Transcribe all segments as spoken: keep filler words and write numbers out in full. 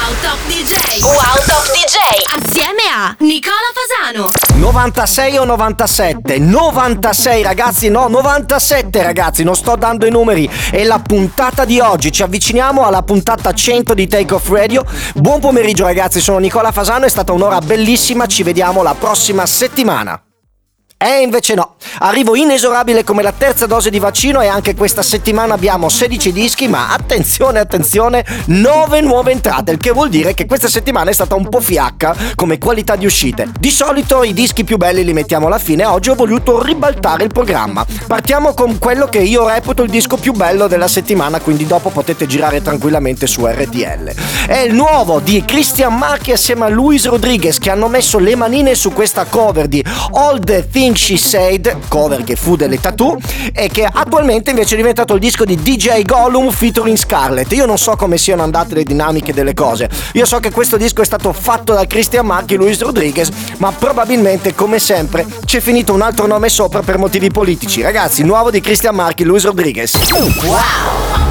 Wow Top D J. Wow Top D J. Assieme a Nicola Fasano. novantasei o novantasette? novantasei ragazzi, no, novantasette ragazzi, non sto dando i numeri. È la puntata di oggi, ci avviciniamo alla puntata cento di Take Off Radio. Buon pomeriggio ragazzi, sono Nicola Fasano, è stata un'ora bellissima, ci vediamo la prossima settimana. E invece no, arrivo inesorabile come la terza dose di vaccino e anche questa settimana abbiamo sedici dischi, ma attenzione, attenzione, nove nuove entrate, il che vuol dire che questa settimana è stata un po' fiacca come qualità di uscite. Di solito i dischi più belli li mettiamo alla fine, oggi ho voluto ribaltare il programma. Partiamo con quello che io reputo il disco più bello della settimana, quindi dopo potete girare tranquillamente su R T L. È il nuovo di Christian Marchi assieme a Luis Rodriguez, che hanno messo le manine su questa cover di All the Things She Said, cover che fu delle Tattoo, e che attualmente invece è diventato il disco di D J Gollum featuring Scarlett. Io non so come siano andate le dinamiche delle cose, io so che questo disco è stato fatto da Christian Marchi e Luis Rodriguez, ma probabilmente come sempre c'è finito un altro nome sopra per motivi politici. Ragazzi, nuovo di Christian Marchi e Luis Rodriguez. Wow!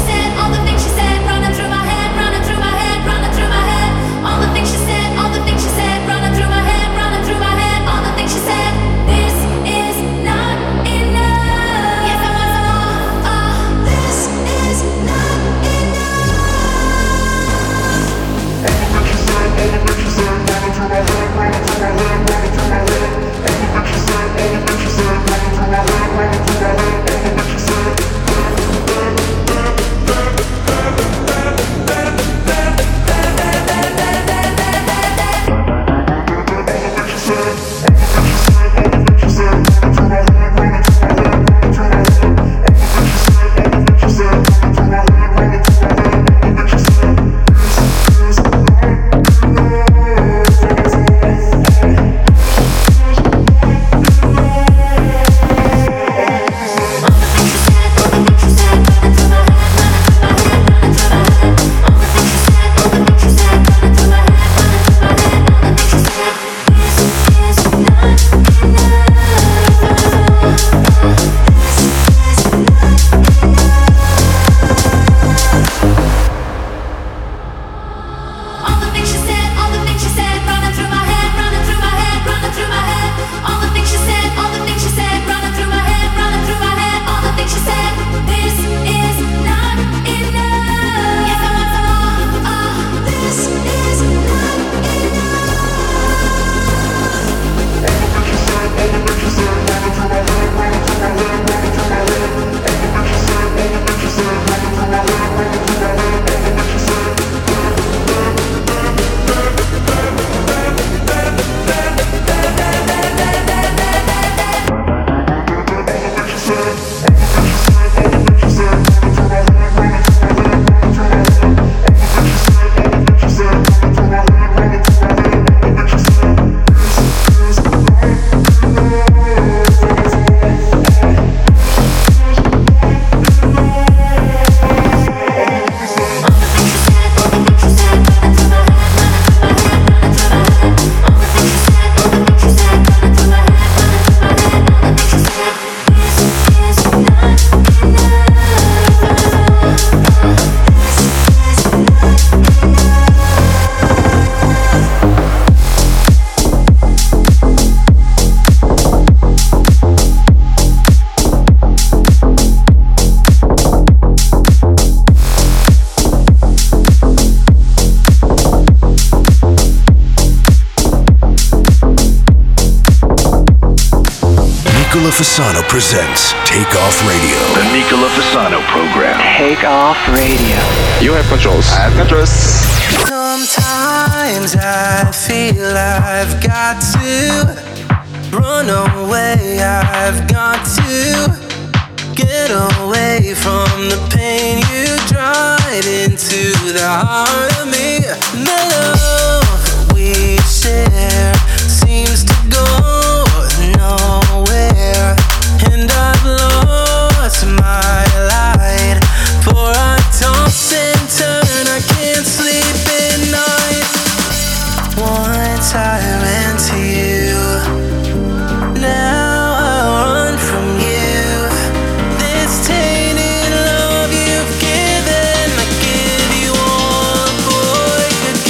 Fasano presents Take Off Radio. The Nicola Fasano program. Take Off Radio. You have controls. I have controls. Sometimes I feel I've got to run away. I've got to get away from the pain you drive into the heart of me. The love we share seems to go nowhere, and I've lost my light, for I toss and turn, I can't sleep at night. Once I ran to you, now I run from you. This tainted love you've given, I give you all, boy,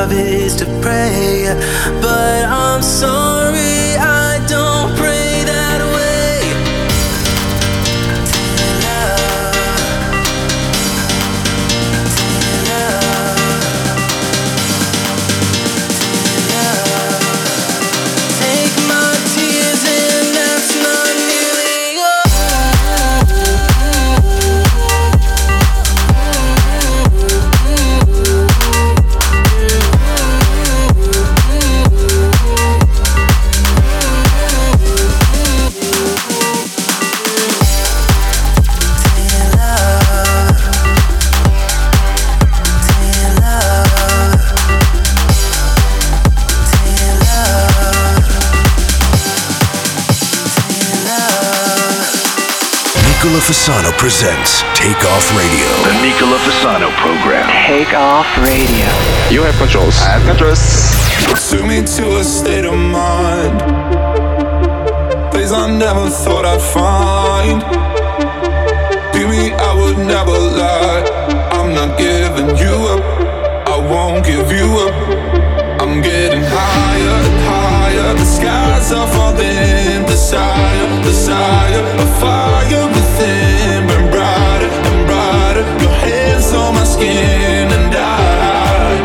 job is to pray, but I'm sorry I don't pray that way. Take my tears and that's not nearly Nicola Fasano presents Take Off Radio. The Nicola Fasano program. Take Off Radio. You have controls. I have controls. Took me to a state of mind, place I never thought I'd find. To me, I would never lie. I'm not giving you up. I won't give you up. I'm getting higher and higher. The skies are falling. Desire, desire, a fire within. Burn brighter and brighter. Your hands on my skin and I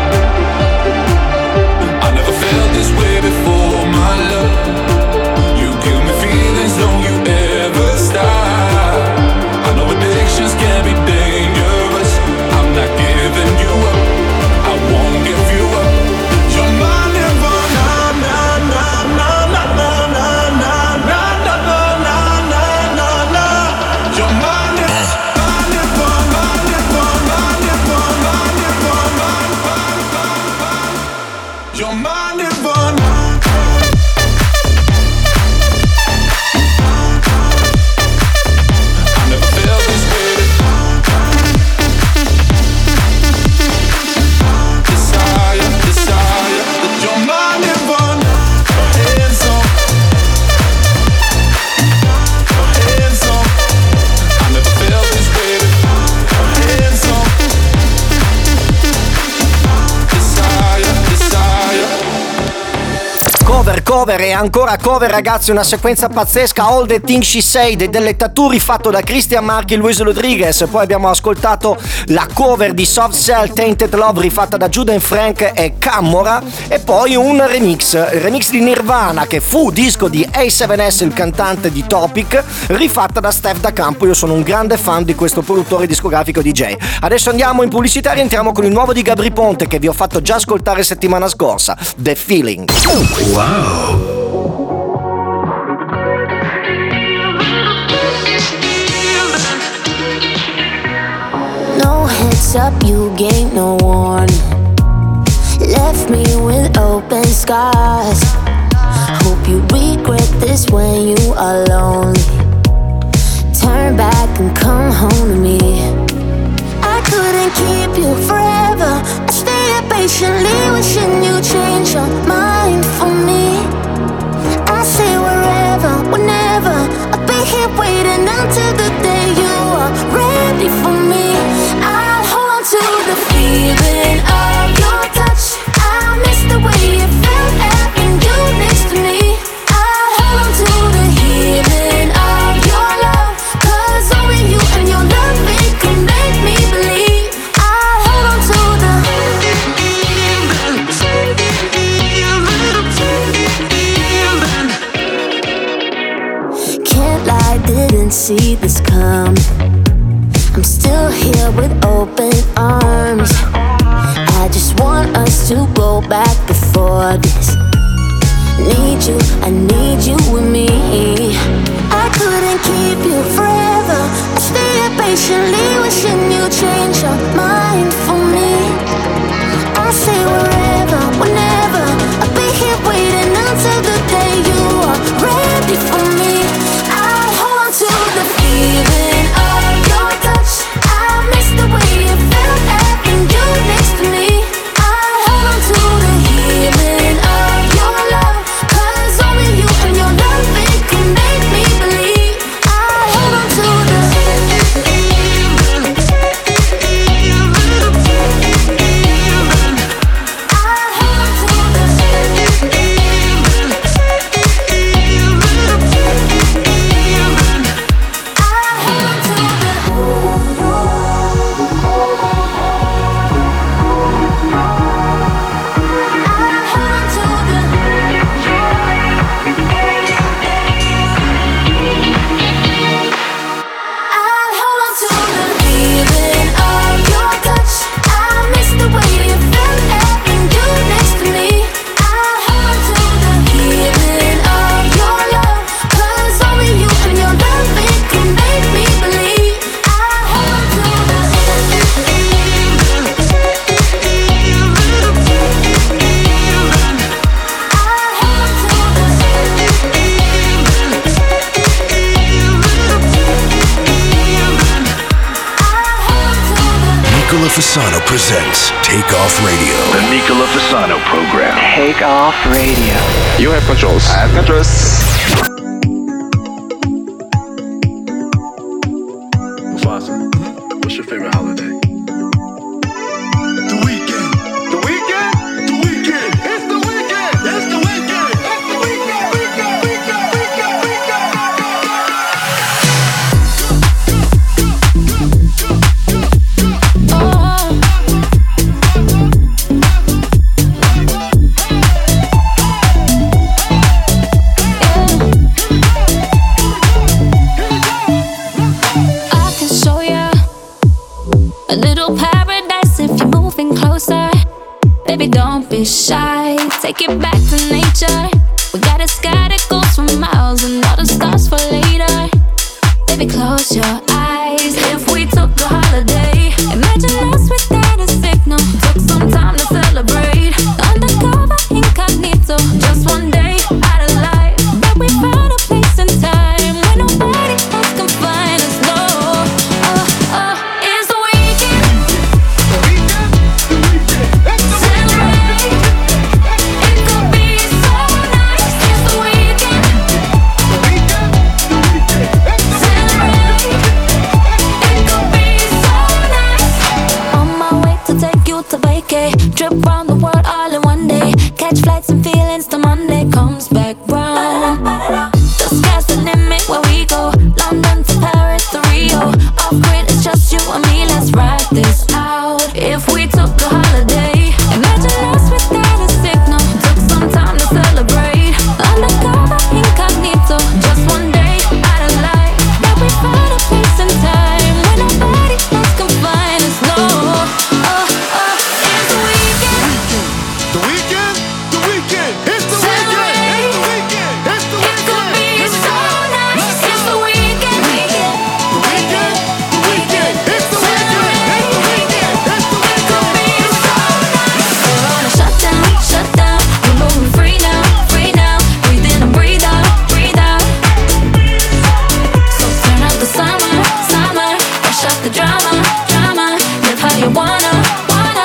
I never felt this way before, my love. You give me feelings, don't you ever stop. I know addictions can be dangerous. I'm not giving you up. I won't give you up. You're my nirvana, na na na na na na na na na na na na na. You're my nirvana, nirvana, nirvana, nirvana, nirvana. You're my nirvana. I never felt this way. Desire, desire, that you're my nirvana. Hands on, hands on. I never felt this way. Hands on. Desire, desire. Cover, cover e ancora cover, ragazzi, una sequenza pazzesca. All the Things She Said delle Tattoo fatto da Christian Marchi e Luis Rodriguez. Poi abbiamo ascoltato la cover di Soft Cell Tainted Love rifatta da Judah Frank e Camorra, e poi un remix, il remix di Nirvana che fu disco di A sette S, il cantante di Topic, rifatta da Steph Da Campo. Io sono un grande fan di questo produttore discografico D J. Adesso andiamo in pubblicità e entriamo con il nuovo di Gabry Ponte che vi ho fatto già ascoltare settimana scorsa, The Feeling. No heads up, you gave no warning. Left me with open scars. Hope you regret this when you are lonely. Turn back and come home to me. I couldn't keep you forever. I stayed patiently wishing you change your mind for me. I say wherever, whenever, I'll be here waiting until the day you are ready for me. I'll hold on to the feeling of your touch. I miss the way it felt having you next to me. I'll hold on to the healing of your love, 'cause only you and your love, it can make me believe. I'll hold on to the can't lie, didn't see this come. I'm still here with open arms. I just want us to go back before this. Need you, I need you with me. I couldn't keep you forever. I stayed patiently wishing you change your mind for me. I say wherever, whenever, I'll be here waiting until the day you are ready for me. I'll hold on to the feeling of your touch. I miss the way it felt having you next to me. I'll hold on to the healing of your love, 'cause only you and your love, it can make me believe. I'll hold on to the presents Take Off Radio. The Nicola Fasano program. Take Off Radio. You have controls. I have controls. Mufasa, what's your favorite holiday? The weekend. The weekend? The weekend. It's the weekend. It's the weekend. It's the weekend. Weekend, weekend, weekend, weekend. I can show ya a little paradise if you're moving closer. Baby, don't be shy. Take it back to nature. We got a sky that goes for miles and all the stars for later. Baby, close your eyes. If we took a holiday, imagine us without a signal. Took some time to celebrate. Undercover, incognito. Just one day out of life. But we found a place and time where nobody else can find us. No, oh, oh, it's the weekend. Celebrate. It could be so nice. It's the weekend. Celebrate. It could be so nice. On my way to take you to vacay. Trip round the world all in one day. Catch flights and feelings till Monday comes back round. The sky's the limit where we go. London to Paris to Rio. Off grid, it's just you and me. Let's ride this out. If we took a holiday, imagine us without a signal. Took some time to celebrate. Undercover, incognito. Just one day out of life. But we found a place and time where nobody else can find us. No, oh, oh, it's the weekend. The weekend? The weekend. It's the weekend. It's the weekend. It's the It could be weekend. so nice. It's the weekend. The weekend. The weekend. It's the weekend. It's the weekend. It's the It could weekend. be so nice. We're on a shutdown, shutdown. We're moving free now, free now. Breathe in and breathe out, breathe out. So turn up the summer, summer. Brush up the drama, drama. Live how you wanna, wanna.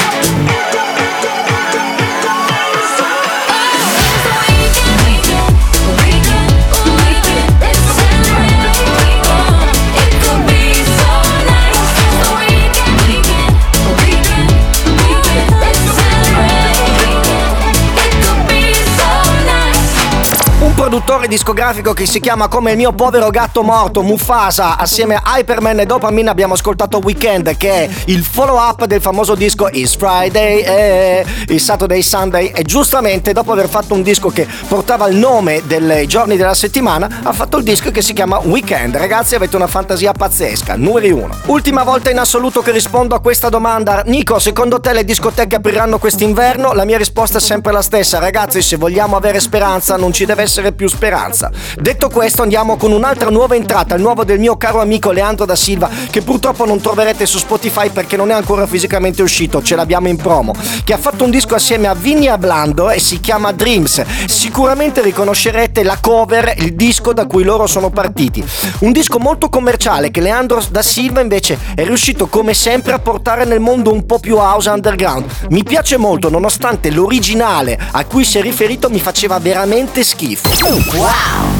Un produttore discografico che si chiama come il mio povero gatto morto, Mufasa, assieme a Hyperman e Dopamine abbiamo ascoltato Weekend, che è il follow up del famoso disco It's Friday, eh, il Saturday Sunday, e giustamente dopo aver fatto un disco che portava il nome dei giorni della settimana ha fatto il disco che si chiama Weekend. Ragazzi, avete una fantasia pazzesca, numero uno. Ultima volta in assoluto che rispondo a questa domanda: Nico, secondo te le discoteche apriranno quest'inverno? La mia risposta è sempre la stessa: ragazzi, se vogliamo avere speranza non ci deve essere più speranza. Detto questo, andiamo con un'altra nuova entrata, il nuovo del mio caro amico Leandro da Silva, che purtroppo non troverete su Spotify perché non è ancora fisicamente uscito, ce l'abbiamo in promo, che ha fatto un disco assieme a Vinny Ablando e si chiama Dreams. Sicuramente riconoscerete la cover, il disco da cui loro sono partiti. Un disco molto commerciale che Leandro da Silva invece è riuscito come sempre a portare nel mondo un po' più house underground. Mi piace molto, nonostante l'originale a cui si è riferito mi faceva veramente schifo. Wow!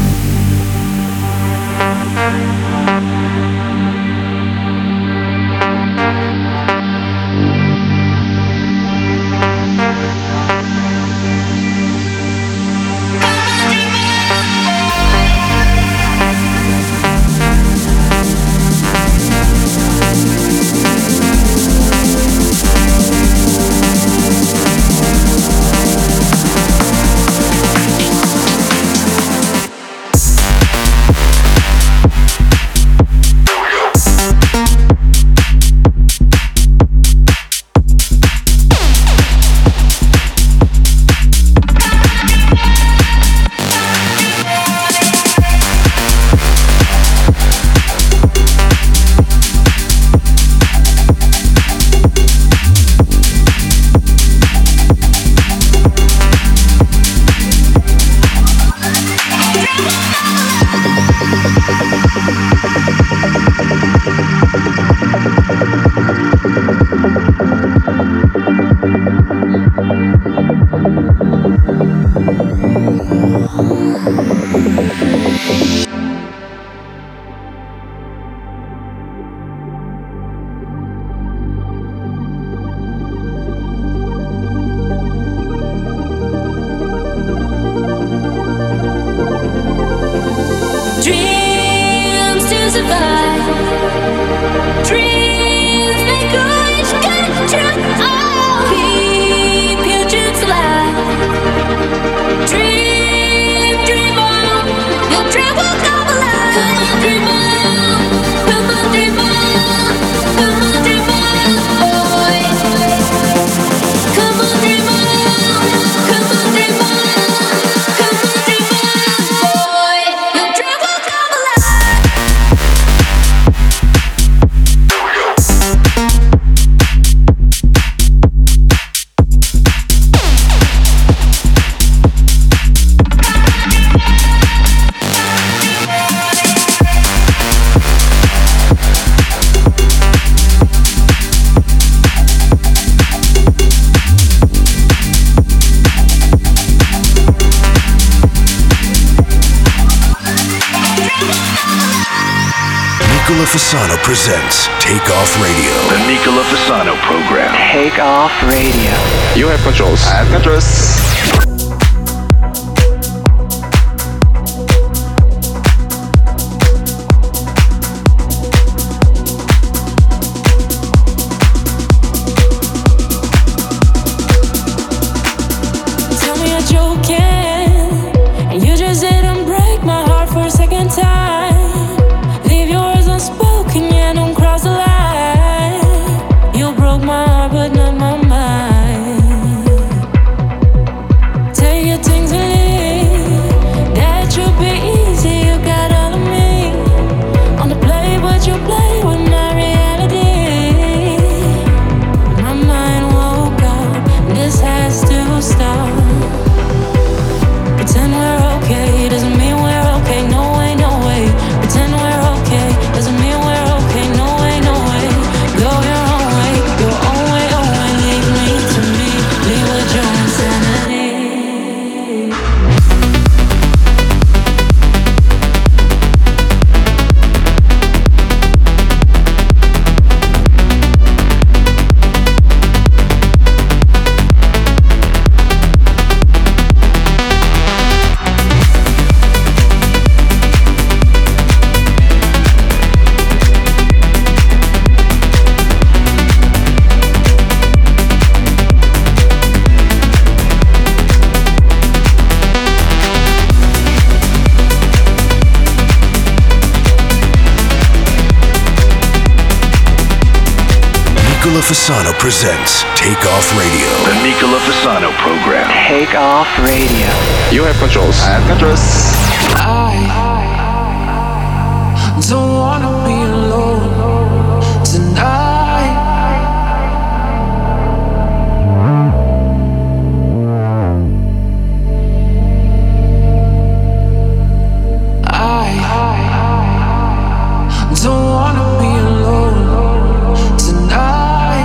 Dreams to survive. Dreams make a wish come true. Oh, keep your dreams alive. Dream, dream on. Your dream will come alive. Come on, dream on. Come on, dream on. Come on, dream on, boy. Come on, dream on. Come on, dream on. Come on, dream on, boy. Your dream will come alive. Nicola Fasano presents Take Off Radio. The Nicola Fasano program. Take Off Radio. You have controls. I have controls. Tell me you're joking, and you just didn't break my heart for a second time. Leave your words unspoken, yeah, don't cross the line. You broke my heart, but not my mind. Take your things and leave. That should be easy, you got all of me. On the play, but you play with my reality. My mind woke up, this has to stop. Pretend we're okay, doesn't mean we're okay, no way, no way. Pretend we're okay, doesn't mean we're okay, no way, no way. Go your own way, your own way, own way. Leave me to me, leave with your insanity. Nicola Fasano presents Take Off Radio. The Nicola Fasano program. Take Off Radio. You have controls. I have controls. I don't wanna be alone tonight. I don't wanna be alone tonight.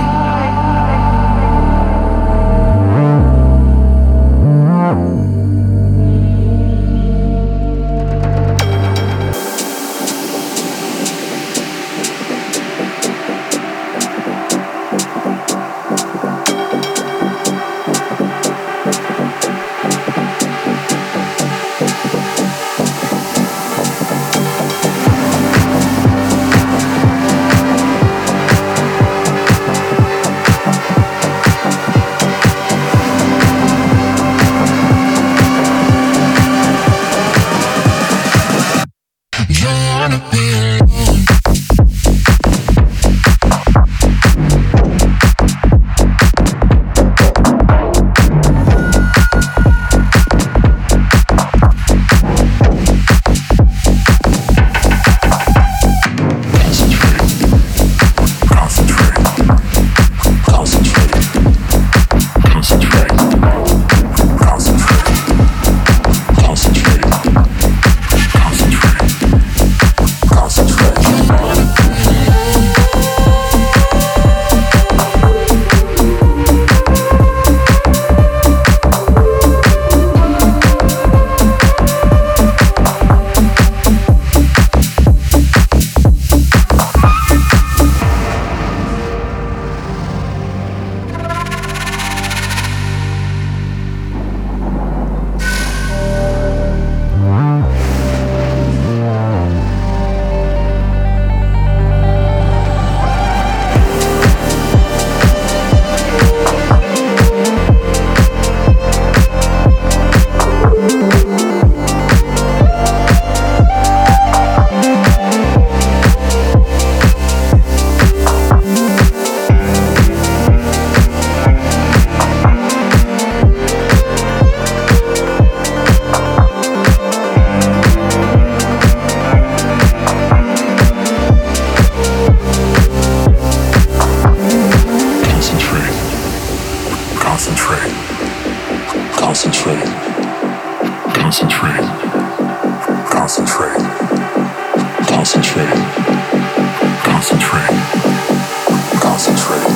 Concentrate. Concentrate. Concentrate. Concentrate. Concentrate. Concentrate.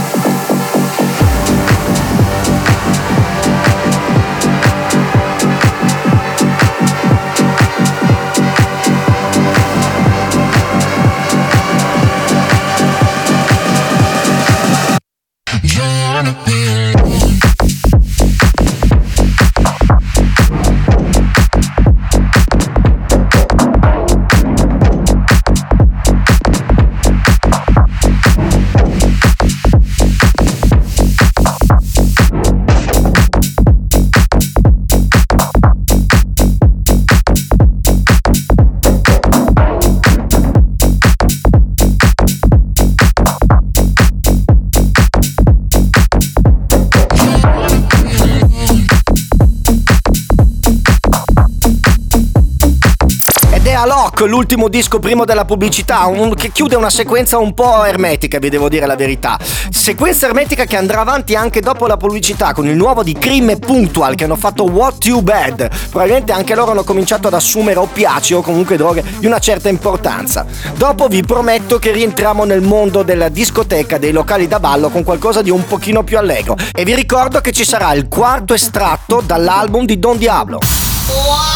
Alok, l'ultimo disco prima della pubblicità, un, che chiude una sequenza un po' ermetica, vi devo dire la verità. Sequenza ermetica che andrà avanti anche dopo la pubblicità con il nuovo di Cream e Punctual, che hanno fatto What Too Bad. Probabilmente anche loro hanno cominciato ad assumere oppiaci o comunque droghe di una certa importanza. Dopo vi prometto che rientriamo nel mondo della discoteca, dei locali da ballo, con qualcosa di un pochino più allegro. E vi ricordo che ci sarà il quarto estratto dall'album di Don Diablo. Wow!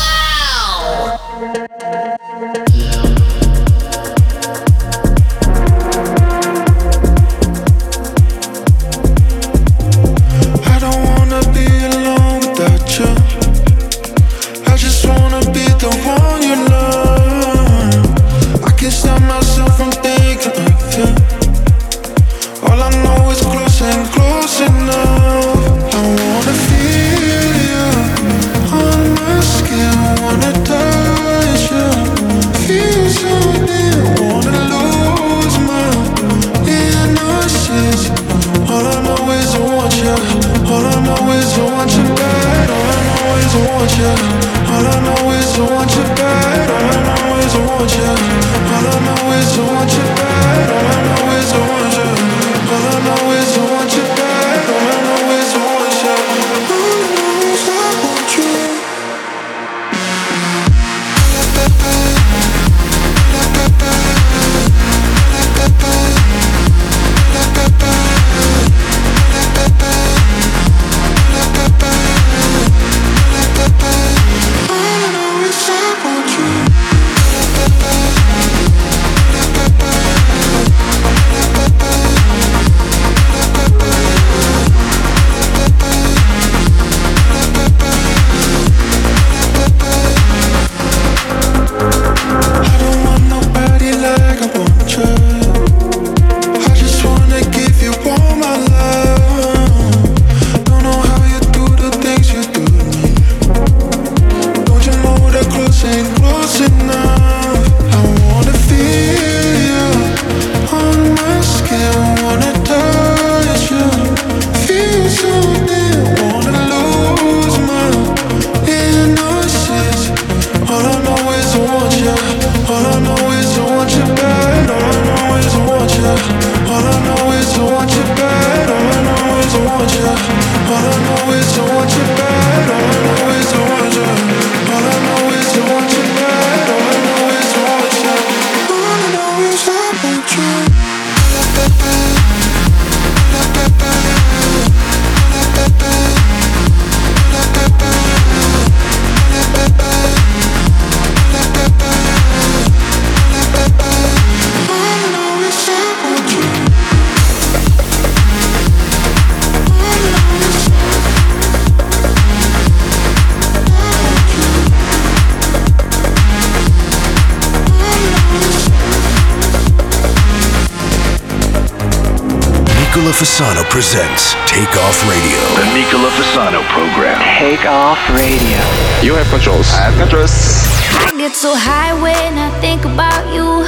Nicola Fasano presents Take Off Radio. The Nicola Fasano program. Take Off Radio. You have controls. I have controls. I get so high when I think about you.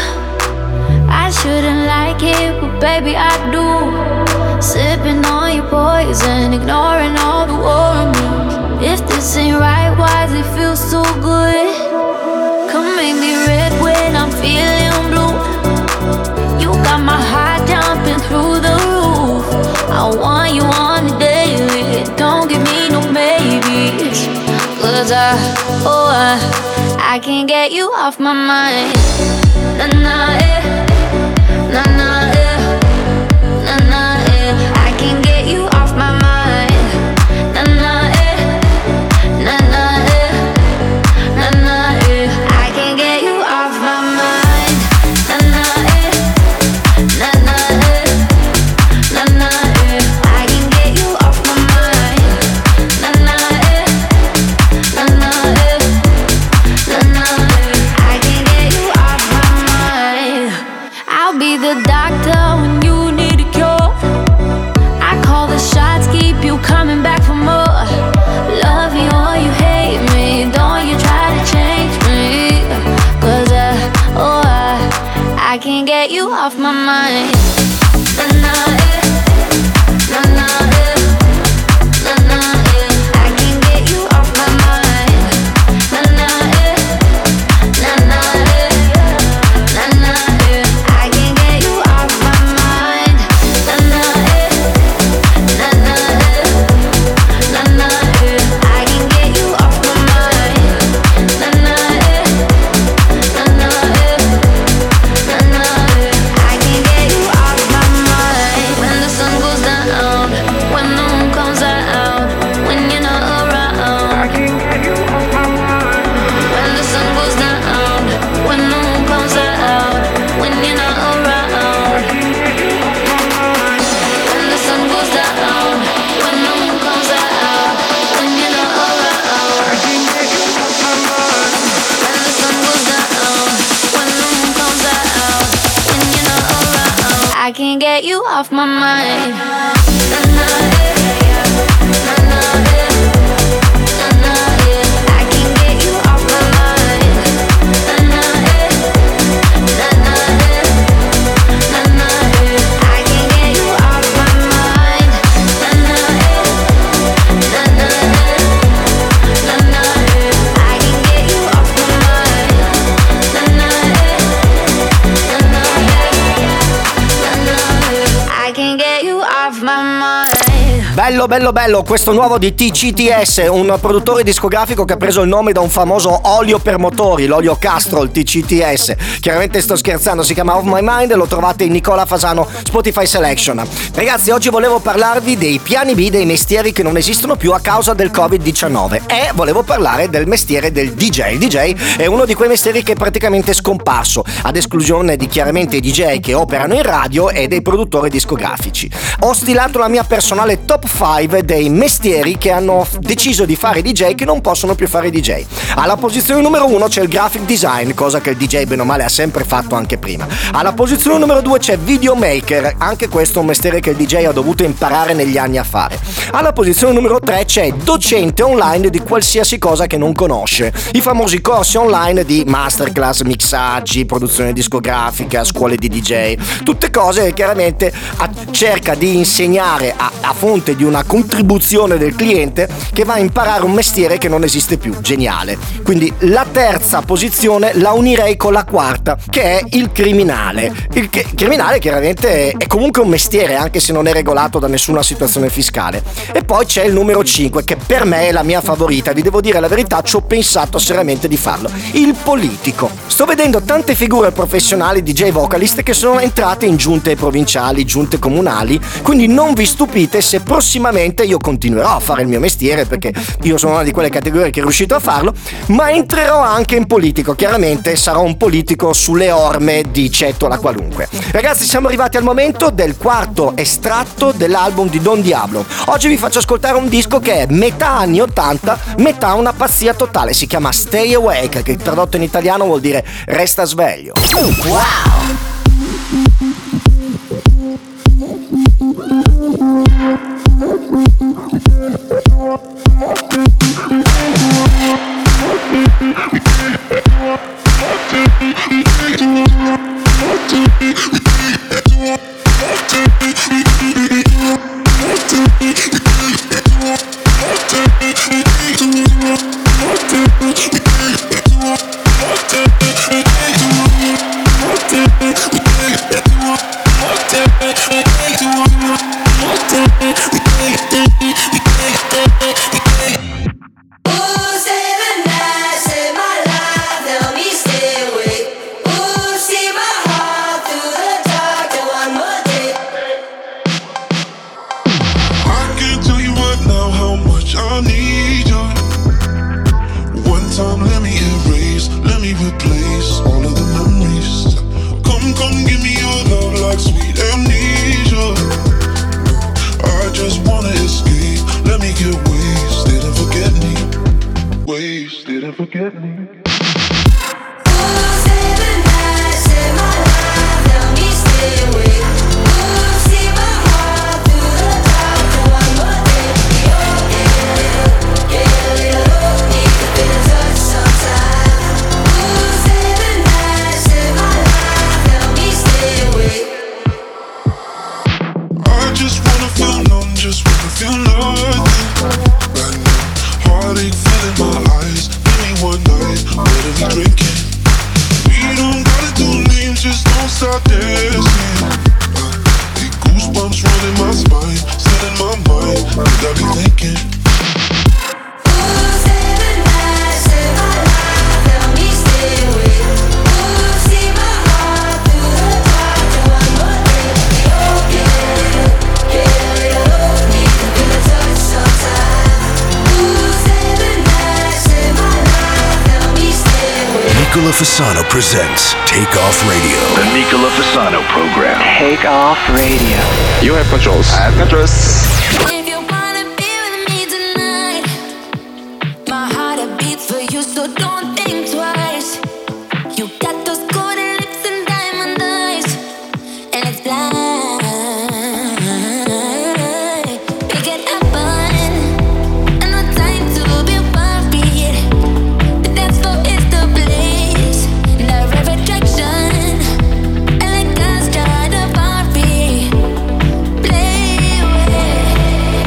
I shouldn't like it, but baby I do. Sipping on your poison, ignoring all the warnings. If this ain't right, why does it feel so good? Come make me red when I'm feeling blue. You got my heart jumping through the roof. I want you on the daily, don't give me no maybe. Cause I, oh I, I can't get you off my mind. Nah, nah, eh. Nah, nah, eh. Nah, nah, eh. I can't get you off my mind. Nah, nah, eh. Nah, nah, eh. Nah, nah, eh. I can't get you off my mind. Nah, nah, eh. Nah, nah, eh. Nah, nah, eh. I can't get you off my mind. Nah, nah, eh. Nah, nah, eh. Nah, nah, eh. I can't get you off my mind. I'll be the doctor when you need a cure. I call the shots, keep you coming back for more. Love you or you hate me, don't you try to change me. Cause I, oh I, I can't get you off my mind. Nah, nah, eh. Nah, nah, eh. Nah, nah, eh. I can't get you off my mind. Nah, nah, eh. Nah, nah, eh. Nah, nah, eh. I can't get you off my mind. Nah, nah, eh. Nah, nah, eh. Nah, nah, eh. I can get you off my mind. Nah, nah, eh. Nah, nah, eh. Nah, nah, eh. I can get you off my mind. When the sun goes down, when the moon comes out, when you're not around, I can get you off my mind. When the sun goes down, when the moon comes out, when you're not around, I can get you off my mind. When the sun goes down, when the moon comes out, when you're not around, I can get you off my mind. When the sun goes down, when the moon comes out, when you're not around, I can get you off my mind. Nah, nah, eh. Nah, nah, eh. Nah, nah, eh. I can get you off my mind. Nah, nah, eh. Nah, nah, eh. Nah, nah, eh. I can get you off my mind. Nah, nah, eh. Nah, nah, eh. Nah, nah, eh. I can get you off my mind. Nah, nah, eh. Nah, nah, eh. Nah, nah, eh. I can get you off my mind. Bello, bello, bello, questo nuovo di T C T S, un produttore discografico che ha preso il nome da un famoso olio per motori, l'olio Castrol T C T S. Chiaramente sto scherzando, si chiama Off My Mind e lo trovate in Nicola Fasano Spotify Selection. Ragazzi, oggi volevo parlarvi dei piani B, dei mestieri che non esistono più a causa del covid diciannove e volevo parlare del mestiere del D J. Il D J è uno di quei mestieri che è praticamente scomparso, ad esclusione di chiaramente i D J che operano in radio e dei produttori discografici. Ho stilato la mia personale top cinque dei mestieri che hanno deciso di fare D J che non possono più fare D J. Alla posizione numero uno c'è il graphic design, cosa che il D J bene o male ha sempre fatto anche prima. Alla posizione numero due c'è videomaker, anche questo è un mestiere che il D J ha dovuto imparare negli anni a fare. Alla posizione numero tre c'è docente online di qualsiasi cosa che non conosce, i famosi corsi online di masterclass, mixaggi, produzione discografica, scuole di D J, tutte cose che chiaramente cerca di insegnare a, a fonte di una contribuzione del cliente che va a imparare un mestiere che non esiste più. Geniale. Quindi la terza posizione la unirei con la quarta, che è il criminale. Il che, criminale chiaramente è comunque un mestiere, anche se non è regolato da nessuna situazione fiscale. E poi c'è il numero cinque, che per me è la mia favorita, vi devo dire la verità, ci ho pensato seriamente di farlo, il politico. Sto vedendo tante figure professionali D J vocalist che sono entrate in giunte provinciali, giunte comunali, quindi non vi stupite se prossimamente io continuerò a fare il mio mestiere, perché io sono una di quelle categorie che è riuscito a farlo, ma entrerò anche in politico. Chiaramente sarò un politico sulle orme di Cettola Qualunque. Ragazzi, siamo arrivati al momento del quarto estratto dell'album di Don Diablo. Oggi vi faccio ascoltare un disco che è metà anni ottanta, metà una pazzia totale. Si chiama Stay Awake, che tradotto in italiano vuol dire resta sveglio. Wow! wasted and forget me. Just wanna feel nothing right now. Heartache filling my eyes. Give me one night. What are we drinking? We don't gotta do names, just don't stop dancing. Uh, the goosebumps running my spine, set in my mind. You got me thinking. Nicola Fasano presents Take Off Radio. The Nicola Fasano program. Take Off Radio. You have controls. I have controls. If you wanna be with me tonight, my heart beats for you, so don't think twice. You got those golden lips and diamond eyes, and it's blind. It can happen, and no time to be worried. The dance floor is the place, never rejection. Elegance, try to Barbie. Play with.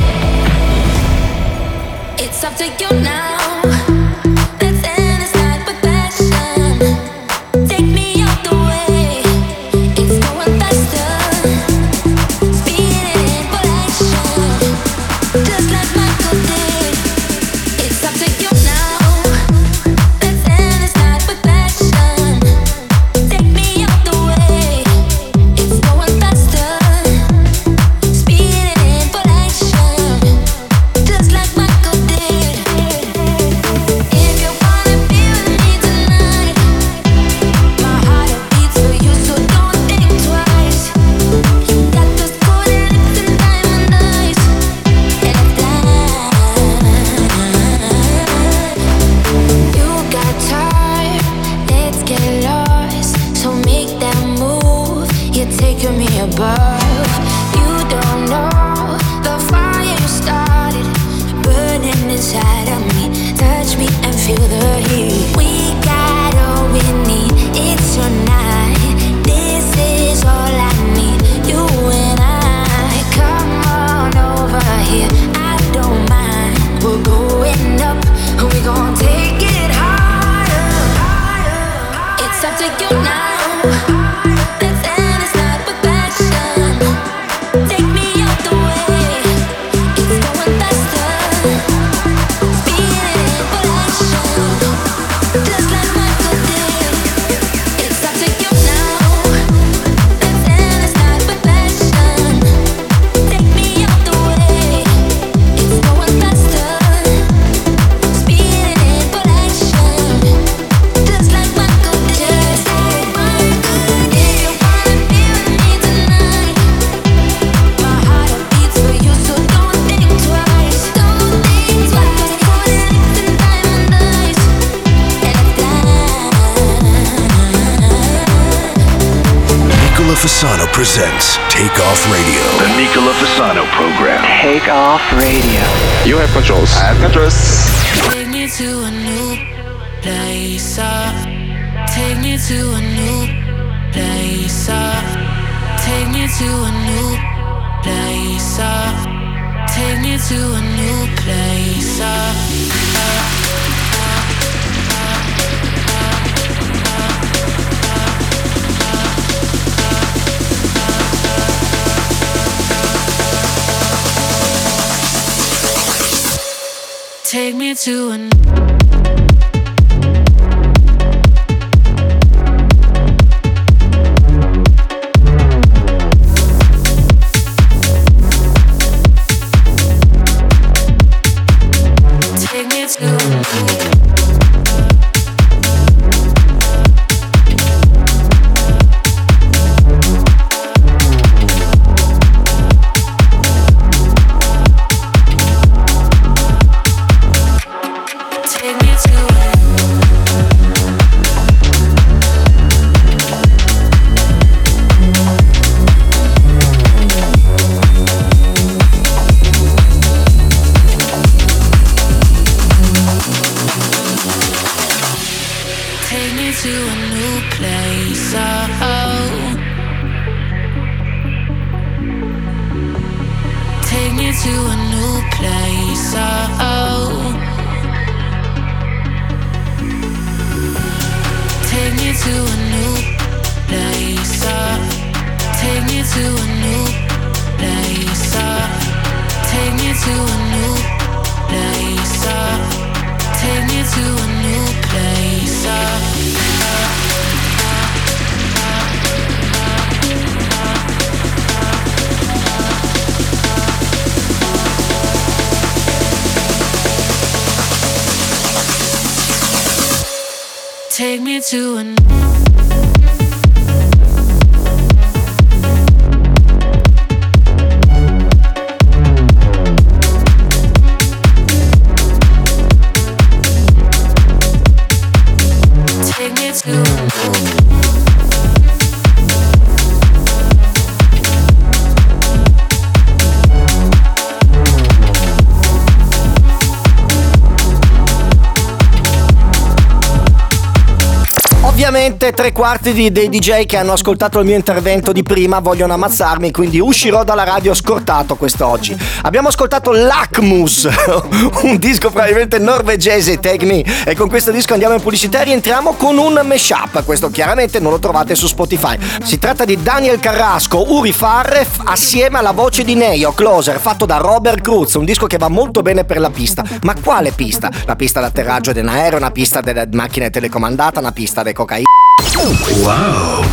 It's up to you now. Let's end this night with passion. Take me out the way. It's going faster. Speeding for action, just like Michael did. It's up to you now. Let's end this night with passion. Take me out the way. It's going faster. Speeding for action, just like Michael did. If you wanna be with me tonight, my heart beats for you, so don't think twice. You got those golden lips and diamond eyes, and it's blind. You got time, let's get lost. So make that move, you're taking me above. You don't know the fire you started, burning inside of me. Touch me and feel the heat. We got all we need, it's your night. This is all I need, you and I. Come on over here, I don't mind. We're going up, and we gon' take it higher. It's up to you now. Let's end this night with passion. Take me out the way. It's going faster. Speeding for action, just like Michael did. It's up to you now. Let's end this night with passion. Take me out the way. It's going faster. Speeding for action, just like Michael did. If you wanna be with me tonight, my heart beats for you, so don't think twice. Don't think twice. Those golden lips and diamond eyes, and it's blind. Nicola Fasano presents Take Off Radio. The Nicola Fasano program. Take Off Radio. You have controls. I have controls. Take me to a new place, uh. Take me to a new place, uh. Take me to a new place, uh. Take me to a new place, uh. Take me to a Take me to a Take me to a new place. Oh, take me to a new place. Oh, take me to a new place. Oh, take me to a new place. Oh, take me to a new place. Oh, take me to a new place. Oh. Take me to a Take me to a Ovviamente tre quarti di, dei D J che hanno ascoltato il mio intervento di prima vogliono ammazzarmi, quindi uscirò dalla radio scortato quest'oggi. Abbiamo ascoltato Lakmus, un disco probabilmente norvegese, Take Me, e con questo disco andiamo in pubblicità e rientriamo con un mashup. Questo chiaramente non lo trovate su Spotify. Si tratta di Daniel Carrasco, Uri Farreh assieme alla voce di Neo, Closer, fatto da Robert Cruz, un disco che va molto bene per la pista. Ma quale pista? La pista d'atterraggio di un aereo, una pista delle macchine telecomandata, una pista dei cocaina. Wow.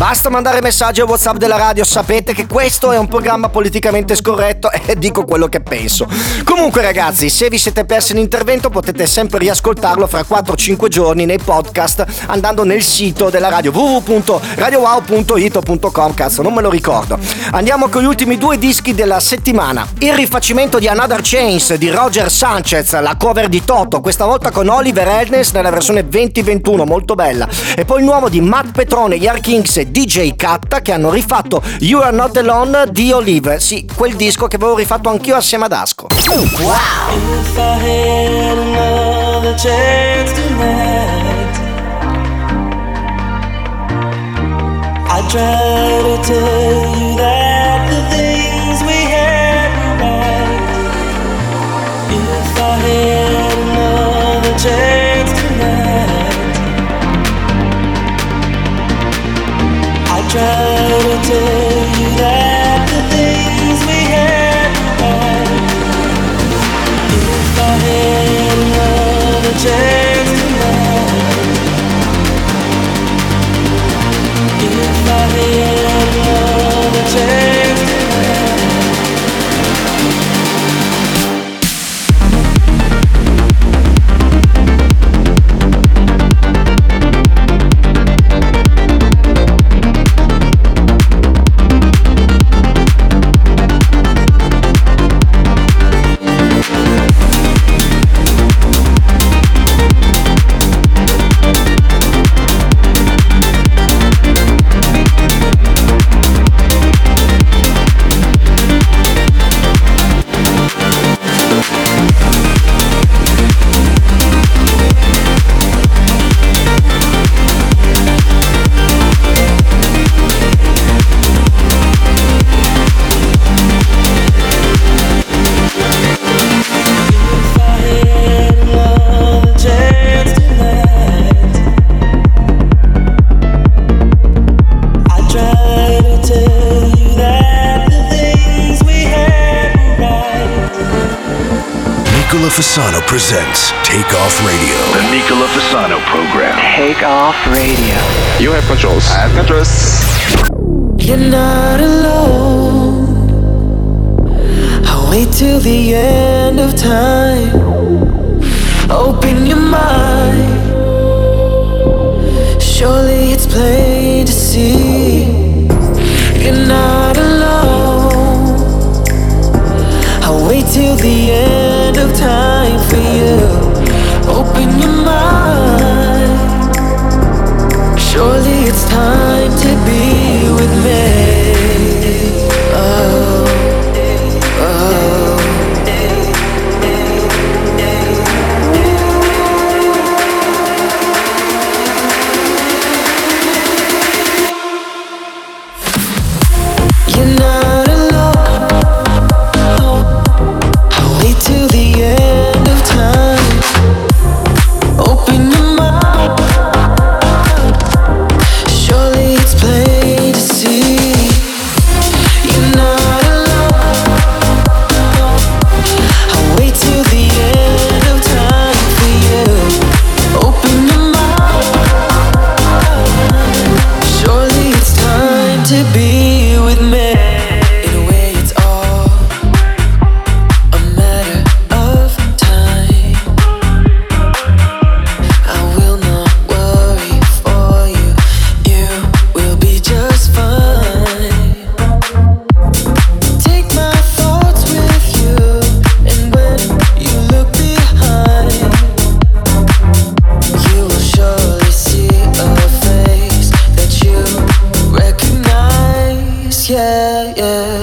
Basta mandare messaggi a WhatsApp della radio, sapete che questo è un programma politicamente scorretto e dico quello che penso. Comunque ragazzi, se vi siete persi l'intervento potete sempre riascoltarlo fra quattro cinque giorni nei podcast andando nel sito della radio w w w punto radio wow punto it punto com, cazzo non me lo ricordo. Andiamo con gli ultimi due dischi della settimana. Il rifacimento di Another Chains di Roger Sanchez, la cover di Toto, questa volta con Oliver Heldens nella versione venti ventuno, molto bella. E poi il nuovo di Matt Petrone, Yar Kings e D J Katta che hanno rifatto You Are Not Alone di Olive, sì, quel disco che avevo rifatto anch'io assieme ad Asco. Wow! If I had another chance tonight, I'd try to tell you that the things we had were right. If I had another chance tonight, I'd try to tell you that the things we had were right. If I had another chance tonight, if I had another chance tonight. Fasano presents Take Off Radio. The Nicola Fasano program. Take Off Radio. You have controls. I have controls. You're not alone. I'll wait till the end of time. Open your mind. Surely it's plain to see. You're not alone. I'll wait till the end of time for you. Open your mind. Surely it's time to be with me. Oh, oh. You're not alone. I'll wait till the end of time. Open your mind. Surely it's plain to see. You're not alone. I'll wait till the end of time for you. Open your mind. Surely it's time to be with me. In a way it's all a matter of time. I will not worry for you. You will be just fine. Take my thoughts with you, and when you look behind, you will surely see a face that you recognize. Yeah, yeah.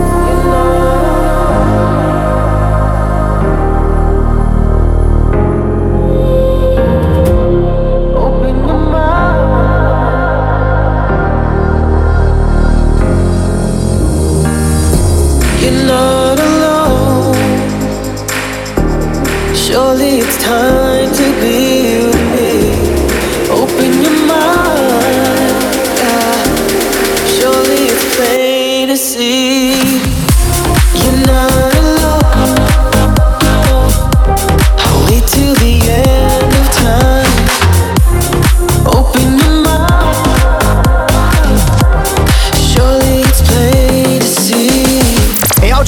Open your mind. You're not alone. Surely it's time to be with me. Open your mind. Yeah. Surely it's plain to see. You're not alone. I'll wait till the end of time. Open your mind.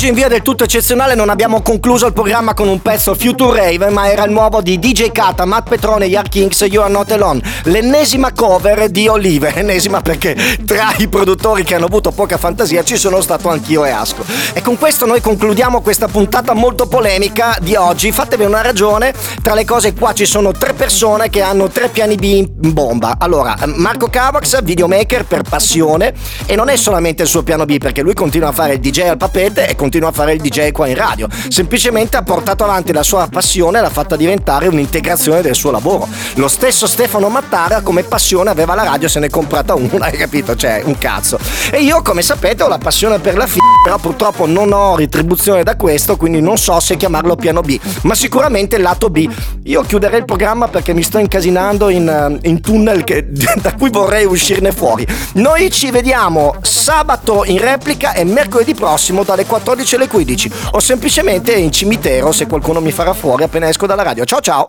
Oggi in via del tutto eccezionale non abbiamo concluso il programma con un pezzo Future Rave, ma era il nuovo di D J Kata, Matt Petrone e Yard Kings, You Are Not Alone, l'ennesima cover di Olive, ennesima perché tra i produttori che hanno avuto poca fantasia ci sono stato anch'io e Asco. E con questo noi concludiamo questa puntata molto polemica di oggi. Fatevi una ragione, tra le cose qua ci sono tre persone che hanno tre piani B in bomba. Allora, Marco Cavax, videomaker per passione, e non è solamente il suo piano B, perché lui continua a fare il D J al Papete e continua a fare il D J qua in radio, semplicemente ha portato avanti la sua passione e l'ha fatta diventare un'integrazione del suo lavoro. Lo stesso Stefano Mattara come passione aveva la radio, se ne è comprata una, hai capito? Cioè, un cazzo. E io, come sapete, ho la passione per la f***, però purtroppo non ho retribuzione da questo, quindi non so se chiamarlo piano B, ma sicuramente il lato B. Io chiuderei il programma perché mi sto incasinando in, in tunnel che, da cui vorrei uscirne fuori. Noi ci vediamo sabato in replica e mercoledì prossimo dalle quattordici alle quindici, o semplicemente in cimitero se qualcuno mi farà fuori appena esco dalla radio. Ciao ciao!